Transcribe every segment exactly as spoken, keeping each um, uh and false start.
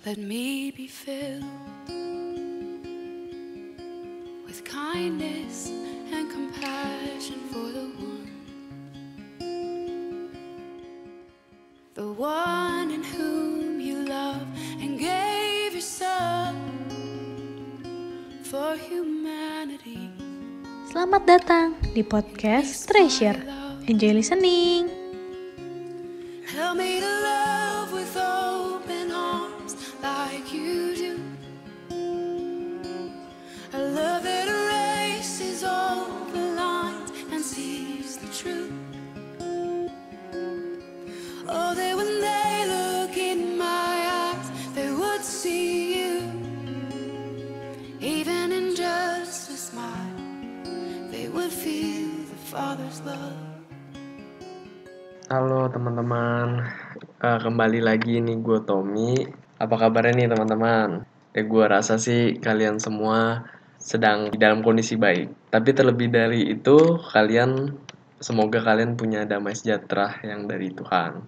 Let me be filled with kindness and compassion for the one, the one in whom you love and gave yourself for humanity. Selamat datang di podcast Treasure. Enjoy listening. Help me to love with open arms like you do. A love that erases all the lines and sees the truth. Oh, that when they look in my eyes, they would see you. Even in just a smile, they would feel the Father's love. Halo teman-teman, uh, kembali lagi nih gue Tommy. Apa kabarnya nih teman-teman? Ya gue rasa sih kalian semua sedang di dalam kondisi baik. Tapi terlebih dari itu, kalian semoga kalian punya damai sejahtera yang dari Tuhan.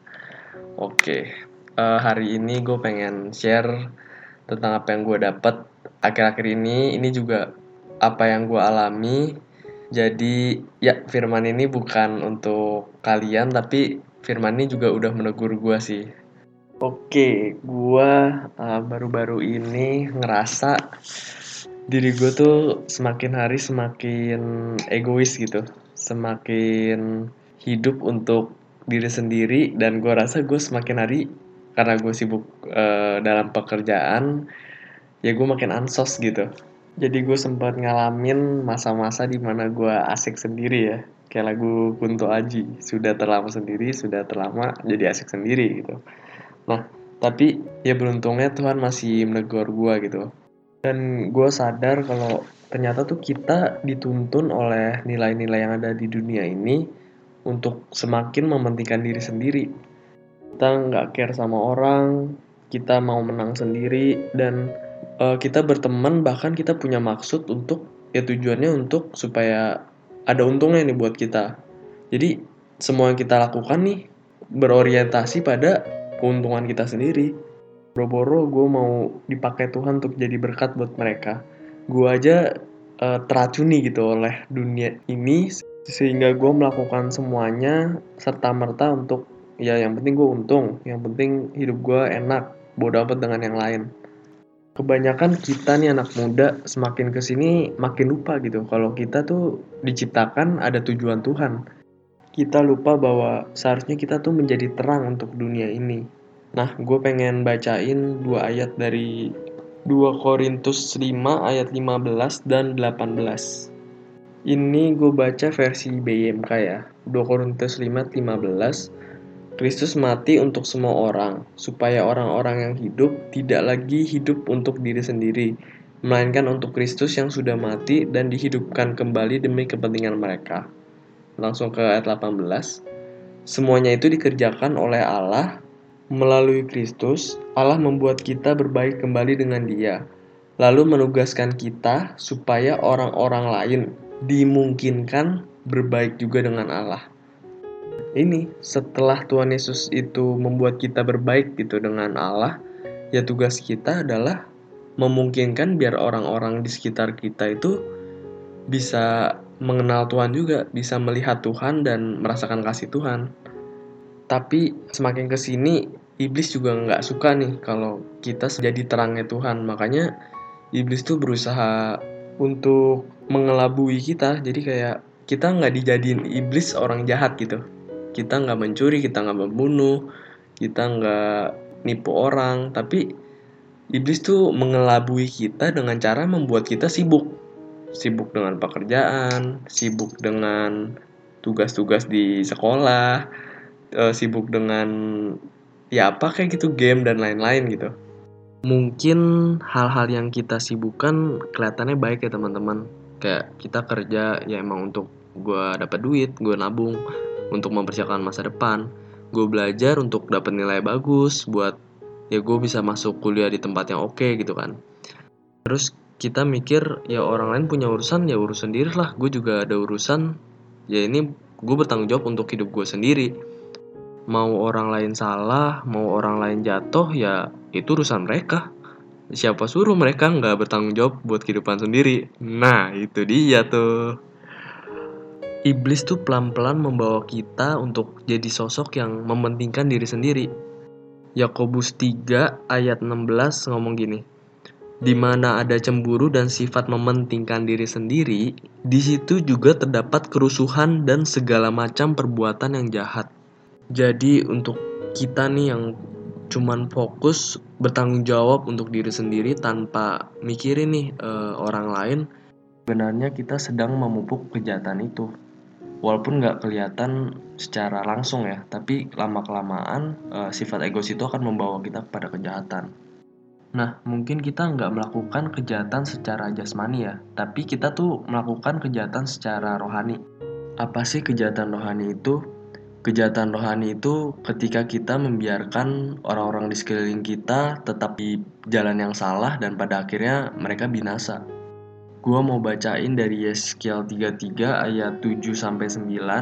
Oke, uh, hari ini gue pengen share tentang apa yang gue dapat akhir-akhir ini. Ini juga apa yang gue alami. Jadi ya firman ini bukan untuk kalian, tapi firman ini juga udah menegur gue sih. Oke, gue uh, baru-baru ini ngerasa diri gue tuh semakin hari semakin egois gitu. Semakin hidup untuk diri sendiri, dan gue rasa gue semakin hari karena gue sibuk uh, dalam pekerjaan, ya gue makin ansos gitu. Jadi gue sempat ngalamin masa-masa dimana gue asik sendiri ya. Kayak lagu Kunto Aji, sudah terlama sendiri, sudah terlama jadi asik sendiri gitu. Nah, tapi ya beruntungnya Tuhan masih menegur gue gitu. Dan gue sadar kalau ternyata tuh kita dituntun oleh nilai-nilai yang ada di dunia ini untuk semakin mementingkan diri sendiri. Kita nggak care sama orang, kita mau menang sendiri, dan Uh, kita berteman, bahkan kita punya maksud untuk, ya tujuannya untuk supaya ada untungnya nih buat kita. Jadi semua yang kita lakukan nih berorientasi pada keuntungan kita sendiri. Boro-boro gue mau dipakai Tuhan untuk jadi berkat buat mereka. Gue aja uh, teracuni gitu oleh dunia ini, sehingga gue melakukan semuanya serta-merta untuk, ya yang penting gue untung, yang penting hidup gue enak, bodo amat dengan yang lain. Kebanyakan kita nih anak muda semakin kesini makin lupa gitu kalau kita tuh diciptakan ada tujuan Tuhan. Kita lupa bahwa seharusnya kita tuh menjadi terang untuk dunia ini. Nah, gue pengen bacain dua ayat dari dua Korintus lima ayat lima belas dan delapan belas. Ini gue baca versi B M K ya. dua Korintus lima ayat lima belas. Kristus mati untuk semua orang, supaya orang-orang yang hidup tidak lagi hidup untuk diri sendiri, melainkan untuk Kristus yang sudah mati dan dihidupkan kembali demi kepentingan mereka. Langsung ke ayat delapan belas. Semuanya itu dikerjakan oleh Allah. Melalui Kristus, Allah membuat kita berbaik kembali dengan Dia, lalu menugaskan kita supaya orang-orang lain dimungkinkan berbaik juga dengan Allah. Ini setelah Tuhan Yesus itu membuat kita berbaik gitu dengan Allah, ya tugas kita adalah memungkinkan biar orang-orang di sekitar kita itu bisa mengenal Tuhan juga, bisa melihat Tuhan dan merasakan kasih Tuhan. Tapi semakin kesini iblis juga nggak suka nih kalau kita jadi terangnya Tuhan. Makanya iblis tuh berusaha untuk mengelabui kita. Jadi kayak kita nggak dijadiin iblis orang jahat gitu. Kita nggak mencuri, kita nggak membunuh, kita nggak nipu orang, tapi iblis tuh mengelabui kita dengan cara membuat kita sibuk. Sibuk dengan pekerjaan, sibuk dengan tugas-tugas di sekolah, e, sibuk dengan ya apa kayak gitu, game dan lain-lain gitu. Mungkin hal-hal yang kita sibukkan kelihatannya baik ya teman-teman. Kayak kita kerja ya emang untuk gue dapat duit, gue nabung untuk mempersiapkan masa depan. Gue belajar untuk dapat nilai bagus buat ya gue bisa masuk kuliah di tempat yang oke gitu kan. Terus kita mikir ya orang lain punya urusan, ya urus sendiri lah. Gue juga ada urusan, ya ini gue bertanggung jawab untuk hidup gue sendiri. Mau orang lain salah, mau orang lain jatuh, ya itu urusan mereka. Siapa suruh mereka nggak bertanggung jawab buat kehidupan sendiri? Nah, itu dia tuh. Iblis tuh pelan-pelan membawa kita untuk jadi sosok yang mementingkan diri sendiri. Yakobus tiga ayat enam belas ngomong gini. Di mana ada cemburu dan sifat mementingkan diri sendiri, di situ juga terdapat kerusuhan dan segala macam perbuatan yang jahat. Jadi untuk kita nih yang cuman fokus bertanggung jawab untuk diri sendiri tanpa mikirin nih uh, orang lain, sebenarnya kita sedang memupuk kejahatan itu. Walaupun nggak kelihatan secara langsung ya, tapi lama-kelamaan uh, sifat egois itu akan membawa kita pada kejahatan. Nah, mungkin kita nggak melakukan kejahatan secara jasmani ya, tapi kita tuh melakukan kejahatan secara rohani. Apa sih kejahatan rohani itu? Kejahatan rohani itu ketika kita membiarkan orang-orang di sekeliling kita tetap di jalan yang salah dan pada akhirnya mereka binasa. Gua mau bacain dari Yeskiel tiga puluh tiga ayat tujuh sampai sembilan.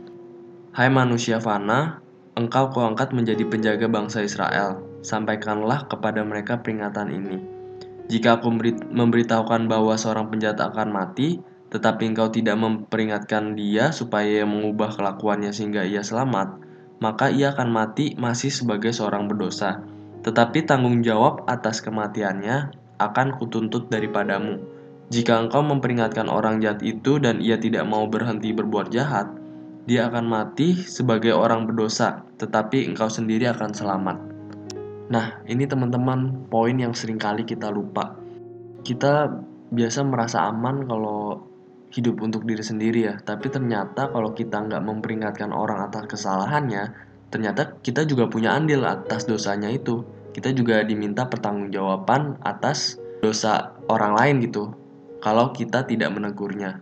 Hai manusia fana, engkau kuangkat menjadi penjaga bangsa Israel. Sampaikanlah kepada mereka peringatan ini. Jika aku memberitahukan bahwa seorang penjahat akan mati, tetapi engkau tidak memperingatkan dia supaya ia mengubah kelakuannya sehingga ia selamat, maka ia akan mati masih sebagai seorang berdosa. Tetapi tanggung jawab atas kematiannya akan kutuntut daripadamu. Jika engkau memperingatkan orang jahat itu dan ia tidak mau berhenti berbuat jahat, dia akan mati sebagai orang berdosa, tetapi engkau sendiri akan selamat. Nah, ini teman-teman poin yang sering kali kita lupa. Kita biasa merasa aman kalau hidup untuk diri sendiri ya, tapi ternyata kalau kita nggak memperingatkan orang atas kesalahannya, ternyata kita juga punya andil atas dosanya itu. Kita juga diminta pertanggungjawaban atas dosa orang lain gitu, kalau kita tidak menegurnya.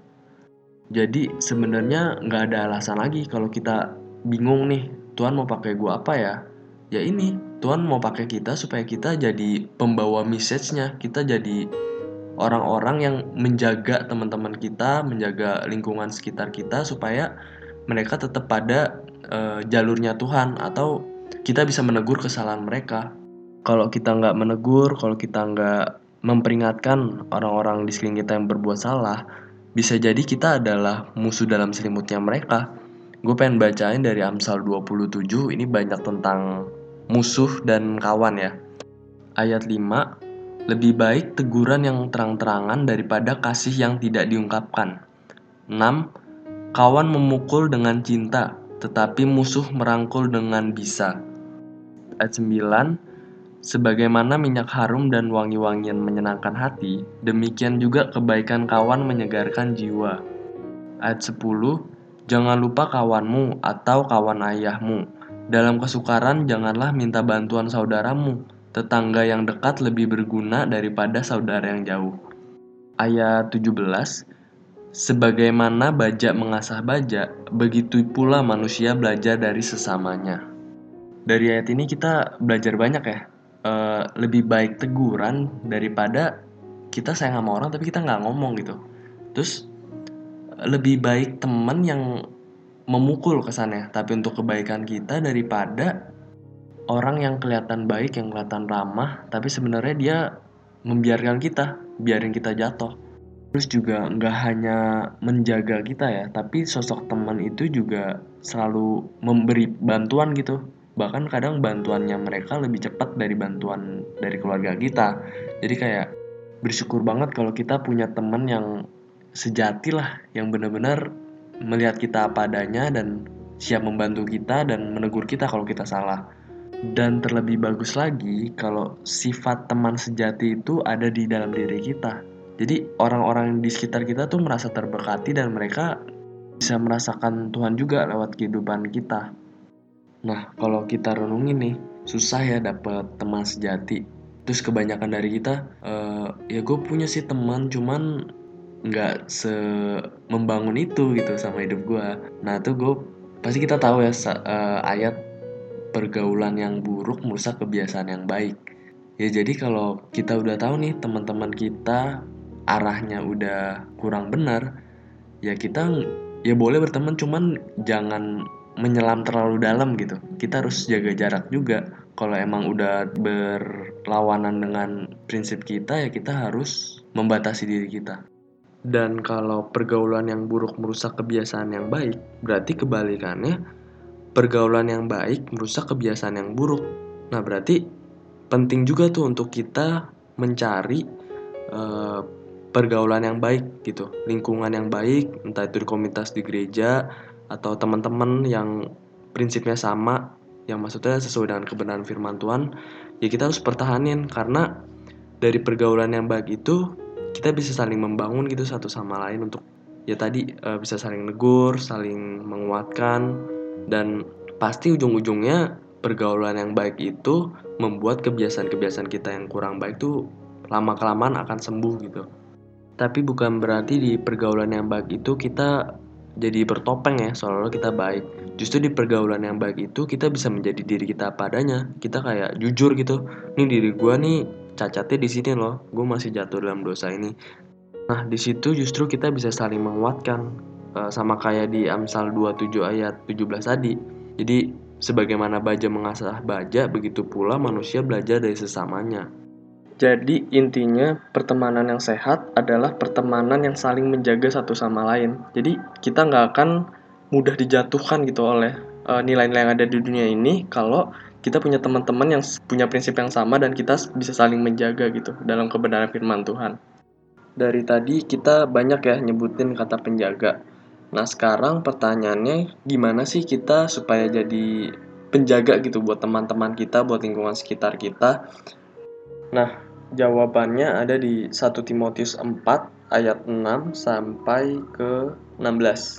Jadi sebenarnya nggak ada alasan lagi kalau kita bingung nih, Tuhan mau pakai gua apa ya? Ya ini, Tuhan mau pakai kita supaya kita jadi pembawa message-nya, kita jadi orang-orang yang menjaga teman-teman kita, menjaga lingkungan sekitar kita supaya mereka tetap pada uh, jalurnya Tuhan, atau kita bisa menegur kesalahan mereka. Kalau kita nggak menegur, kalau kita nggak memperingatkan orang-orang di sekeliling kita yang berbuat salah, bisa jadi kita adalah musuh dalam selimutnya mereka. Gue pengen bacain dari Amsal dua puluh tujuh, ini banyak tentang musuh dan kawan ya. Ayat lima, lebih baik teguran yang terang-terangan daripada kasih yang tidak diungkapkan. enam. Kawan memukul dengan cinta, tetapi musuh merangkul dengan bisa. Ayat sembilan. Sebagaimana minyak harum dan wangi-wangian menyenangkan hati, demikian juga kebaikan kawan menyegarkan jiwa. Ayat sepuluh. Jangan lupa kawanmu atau kawan ayahmu. Dalam kesukaran janganlah minta bantuan saudaramu. Tetangga yang dekat lebih berguna daripada saudara yang jauh. Ayat tujuh belas. Sebagaimana bajak mengasah bajak, begitu pula manusia belajar dari sesamanya. Dari ayat ini kita belajar banyak ya. E, lebih baik teguran daripada kita sayang sama orang tapi kita nggak ngomong gitu. Terus lebih baik teman yang memukul kesannya tapi untuk kebaikan kita daripada orang yang kelihatan baik, yang kelihatan ramah, tapi sebenarnya dia membiarkan kita, biarin kita jatuh. Terus juga nggak hanya menjaga kita ya, tapi sosok teman itu juga selalu memberi bantuan gitu. Bahkan kadang bantuannya mereka lebih cepat dari bantuan dari keluarga kita. Jadi kayak bersyukur banget kalau kita punya teman yang sejati lah, yang benar-benar melihat kita apa adanya dan siap membantu kita dan menegur kita kalau kita salah. Dan terlebih bagus lagi kalau sifat teman sejati itu ada di dalam diri kita. Jadi orang-orang di sekitar kita tuh merasa terberkati dan mereka bisa merasakan Tuhan juga lewat kehidupan kita. Nah, kalau kita renungin nih, susah ya dapet teman sejati. Terus kebanyakan dari kita, uh, ya gue punya sih teman, cuman nggak se membangun itu gitu sama hidup gue. Nah, tuh gue pasti kita tahu ya uh, ayat pergaulan yang buruk merusak kebiasaan yang baik. Ya jadi kalau kita udah tahu nih teman-teman kita arahnya udah kurang benar, ya kita ya boleh berteman, cuman jangan menyelam terlalu dalam gitu. Kita harus jaga jarak juga. Kalau emang udah berlawanan dengan prinsip kita, ya kita harus membatasi diri kita. Dan kalau pergaulan yang buruk merusak kebiasaan yang baik, berarti kebalikannya, pergaulan yang baik merusak kebiasaan yang buruk. Nah, berarti penting juga tuh untuk kita mencari uh, pergaulan yang baik gitu, lingkungan yang baik, entah itu di komunitas di gereja atau teman-teman yang prinsipnya sama, yang maksudnya sesuai dengan kebenaran firman Tuhan, ya kita harus pertahanin, karena dari pergaulan yang baik itu kita bisa saling membangun gitu satu sama lain untuk ya tadi uh, bisa saling negur, saling menguatkan, dan pasti ujung-ujungnya pergaulan yang baik itu membuat kebiasaan-kebiasaan kita yang kurang baik tuh lama-kelamaan akan sembuh gitu. Tapi bukan berarti di pergaulan yang baik itu kita jadi bertopeng ya, seolah-olah kita baik. Justru di pergaulan yang baik itu kita bisa menjadi diri kita apa adanya. Kita kayak jujur gitu. Nih diri gue nih cacatnya di sini loh. Gue masih jatuh dalam dosa ini. Nah di situ justru kita bisa saling menguatkan. Uh, sama kayak di Amsal dua puluh tujuh ayat tujuh belas tadi. Jadi sebagaimana baja mengasah baja, begitu pula manusia belajar dari sesamanya. Jadi intinya pertemanan yang sehat adalah pertemanan yang saling menjaga satu sama lain. Jadi kita nggak akan mudah dijatuhkan gitu oleh uh, nilai-nilai yang ada di dunia ini kalau kita punya teman-teman yang punya prinsip yang sama dan kita bisa saling menjaga gitu dalam kebenaran firman Tuhan. Dari tadi kita banyak ya nyebutin kata penjaga. Nah sekarang pertanyaannya, gimana sih kita supaya jadi penjaga gitu buat teman-teman kita, buat lingkungan sekitar kita? Nah jawabannya ada di satu Timotius empat ayat enam sampai ke enam belas.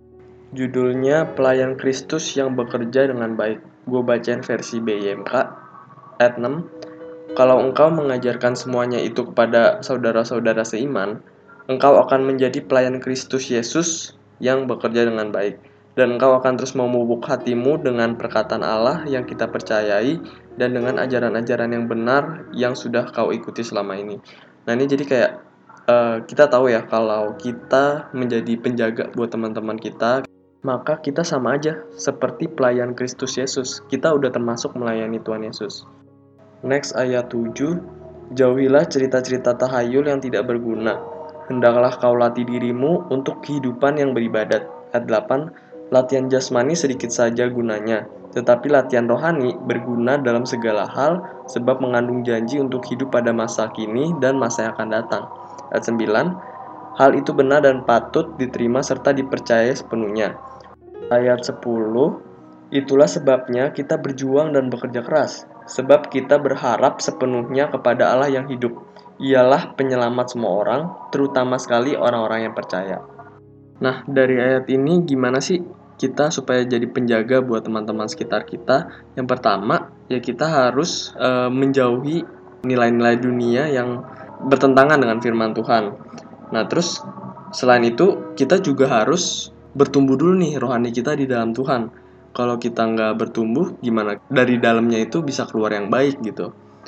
Judulnya Pelayan Kristus yang bekerja dengan baik. Gue bacain versi B Y M K ayat enam. Kalau engkau mengajarkan semuanya itu kepada saudara-saudara seiman, engkau akan menjadi pelayan Kristus Yesus yang bekerja dengan baik. Dan engkau akan terus memupuk hatimu dengan perkataan Allah yang kita percayai dan dengan ajaran-ajaran yang benar yang sudah kau ikuti selama ini. Nah ini jadi kayak uh, kita tahu ya kalau kita menjadi penjaga buat teman-teman kita, maka kita sama aja seperti pelayan Kristus Yesus. Kita udah termasuk melayani Tuhan Yesus. Next ayat tujuh, jauhilah cerita-cerita tahayul yang tidak berguna. Hendaklah kau latih dirimu untuk kehidupan yang beribadat. Ayat delapan, latihan jasmani sedikit saja gunanya, tetapi latihan rohani berguna dalam segala hal, sebab mengandung janji untuk hidup pada masa kini dan masa yang akan datang. Ayat sembilan, hal itu benar dan patut diterima serta dipercaya sepenuhnya. Ayat sepuluh, itulah sebabnya kita berjuang dan bekerja keras, sebab kita berharap sepenuhnya kepada Allah yang hidup. Ialah penyelamat semua orang, terutama sekali orang-orang yang percaya. Nah, dari ayat ini gimana sih kita supaya jadi penjaga buat teman-teman sekitar kita? Yang pertama, ya kita harus e, menjauhi nilai-nilai dunia yang bertentangan dengan firman Tuhan. Nah, terus selain itu, kita juga harus bertumbuh dulu nih rohani kita di dalam Tuhan. Kalau kita nggak bertumbuh, gimana dari dalamnya itu bisa keluar yang baik gitu.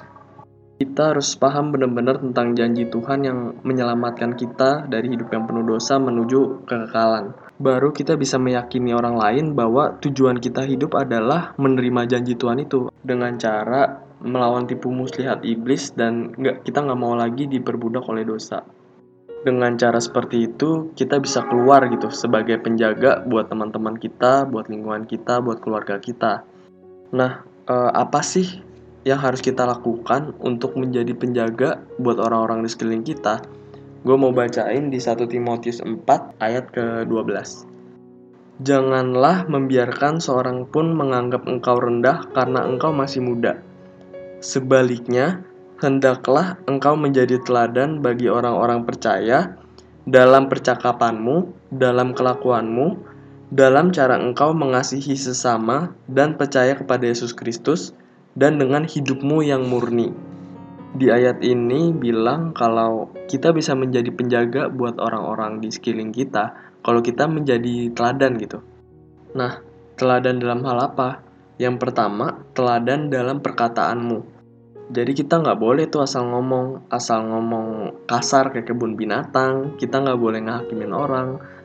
Kita harus paham benar-benar tentang janji Tuhan yang menyelamatkan kita dari hidup yang penuh dosa menuju kekekalan. Baru kita bisa meyakini orang lain bahwa tujuan kita hidup adalah menerima janji Tuhan itu dengan cara melawan tipu muslihat iblis dan nggak, kita nggak mau lagi diperbudak oleh dosa. Dengan cara seperti itu, kita bisa keluar gitu sebagai penjaga buat teman-teman kita, buat lingkungan kita, buat keluarga kita. Nah, eh, apa sih yang harus kita lakukan untuk menjadi penjaga buat orang-orang di sekeliling kita? Gue mau bacain di satu Timotius empat ayat ke dua belas. Janganlah membiarkan seorang pun menganggap engkau rendah karena engkau masih muda. Sebaliknya, hendaklah engkau menjadi teladan bagi orang-orang percaya dalam percakapanmu, dalam kelakuanmu, dalam cara engkau mengasihi sesama dan percaya kepada Yesus Kristus, dan dengan hidupmu yang murni. Di ayat ini bilang kalau kita bisa menjadi penjaga buat orang-orang di sekeliling kita kalau kita menjadi teladan gitu. Nah, teladan dalam hal apa? Yang pertama, teladan dalam perkataanmu. Jadi kita nggak boleh tuh asal ngomong, asal ngomong kasar kayak kebun binatang. Kita nggak boleh ngehakimin orang.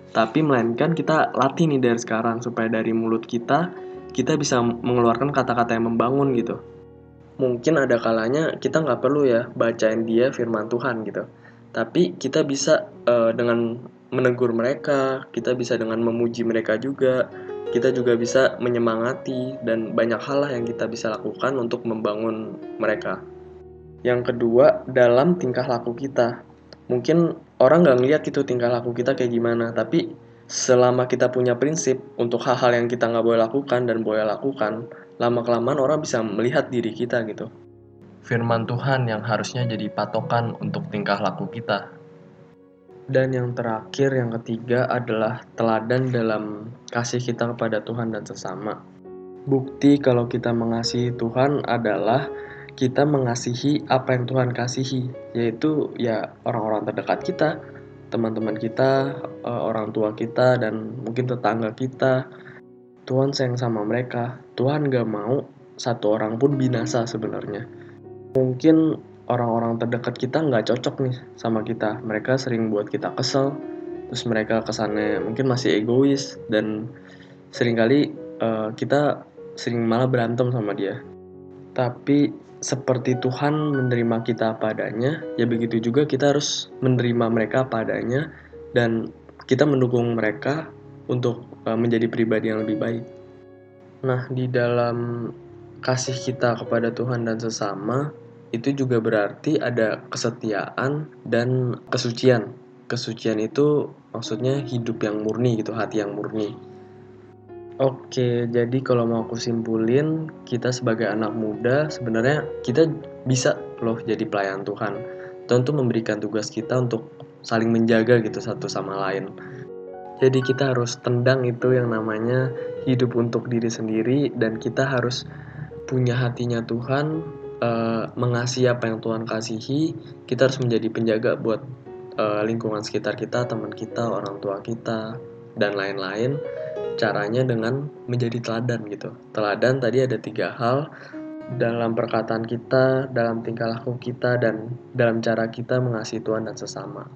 Tapi melainkan kita latih nih dari sekarang supaya dari mulut kita kita bisa mengeluarkan kata-kata yang membangun gitu. Mungkin ada kalanya kita nggak perlu ya bacain dia firman Tuhan gitu. Tapi kita bisa uh, dengan menegur mereka, kita bisa dengan memuji mereka juga, kita juga bisa menyemangati dan banyak hal lah yang kita bisa lakukan untuk membangun mereka. Yang kedua, dalam tingkah laku kita. Mungkin orang nggak ngeliat gitu tingkah laku kita kayak gimana, tapi selama kita punya prinsip untuk hal-hal yang kita nggak boleh lakukan dan boleh lakukan, lama-kelamaan orang bisa melihat diri kita gitu. Firman Tuhan yang harusnya jadi patokan untuk tingkah laku kita. Dan yang terakhir, yang ketiga adalah teladan dalam kasih kita kepada Tuhan dan sesama. Bukti kalau kita mengasihi Tuhan adalah kita mengasihi apa yang Tuhan kasihi, yaitu ya orang-orang terdekat kita, teman-teman kita, orang tua kita, dan mungkin tetangga kita. Tuhan sayang sama mereka. Tuhan gak mau satu orang pun binasa sebenarnya. Mungkin orang-orang terdekat kita nggak cocok nih sama kita. Mereka sering buat kita kesel, terus mereka kesannya mungkin masih egois, dan seringkali uh, kita sering malah berantem sama dia. Tapi seperti Tuhan menerima kita apa adanya, ya begitu juga kita harus menerima mereka apa adanya, dan kita mendukung mereka untuk uh, menjadi pribadi yang lebih baik. Nah, di dalam kasih kita kepada Tuhan dan sesama, itu juga berarti ada kesetiaan dan kesucian. Kesucian itu maksudnya hidup yang murni gitu, hati yang murni. Oke, jadi kalau mau aku simpulin, kita sebagai anak muda sebenarnya kita bisa loh jadi pelayan Tuhan. Tuhan tuh memberikan tugas kita untuk saling menjaga gitu satu sama lain. Jadi kita harus tendang itu yang namanya hidup untuk diri sendiri, dan kita harus punya hatinya Tuhan, Uh, mengasihi apa yang Tuhan kasihi. Kita harus menjadi penjaga buat uh, lingkungan sekitar kita, teman kita, orang tua kita, dan lain-lain. Caranya dengan menjadi teladan gitu. Teladan tadi ada tiga hal, dalam perkataan kita, dalam tingkah laku kita, dan dalam cara kita mengasihi Tuhan dan sesama.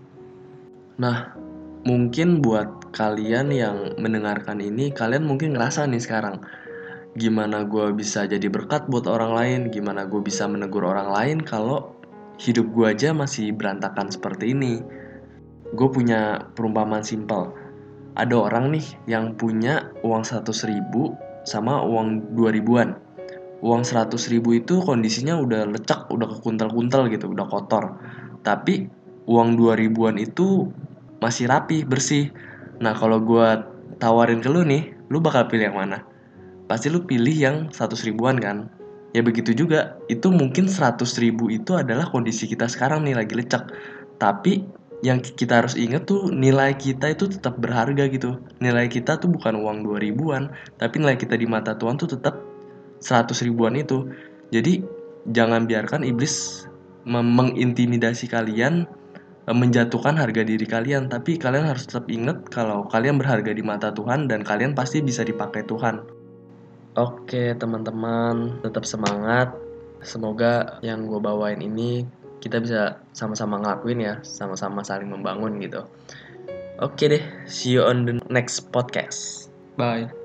Nah, mungkin buat kalian yang mendengarkan ini, kalian mungkin ngerasa nih sekarang, gimana gue bisa jadi berkat buat orang lain, gimana gue bisa menegur orang lain kalau hidup gue aja masih berantakan seperti ini. Gue punya perumpamaan simpel. Ada orang nih yang punya uang seratus ribu sama uang dua ribuan. Uang seratus ribu itu kondisinya udah lecak, udah kekuntal-kuntal gitu, udah kotor. Tapi uang dua ribuan itu masih rapi, bersih. Nah, kalau gue tawarin ke lu nih, lu bakal pilih yang mana? Pasti lu pilih yang seratus ribuan kan? Ya begitu juga, itu mungkin seratus ribu itu adalah kondisi kita sekarang nih, lagi lecak. Tapi yang kita harus ingat tuh, nilai kita itu tetap berharga gitu. Nilai kita tuh bukan uang dua ribuan, tapi nilai kita di mata Tuhan tuh tetap seratus ribuan itu. Jadi jangan biarkan iblis mengintimidasi kalian, menjatuhkan harga diri kalian. Tapi kalian harus tetap ingat kalau kalian berharga di mata Tuhan, dan kalian pasti bisa dipakai Tuhan. Oke teman-teman, tetap semangat. Semoga yang gue bawain ini kita bisa sama-sama ngelakuin ya, sama-sama saling membangun gitu. Oke deh, see you on the next podcast. Bye.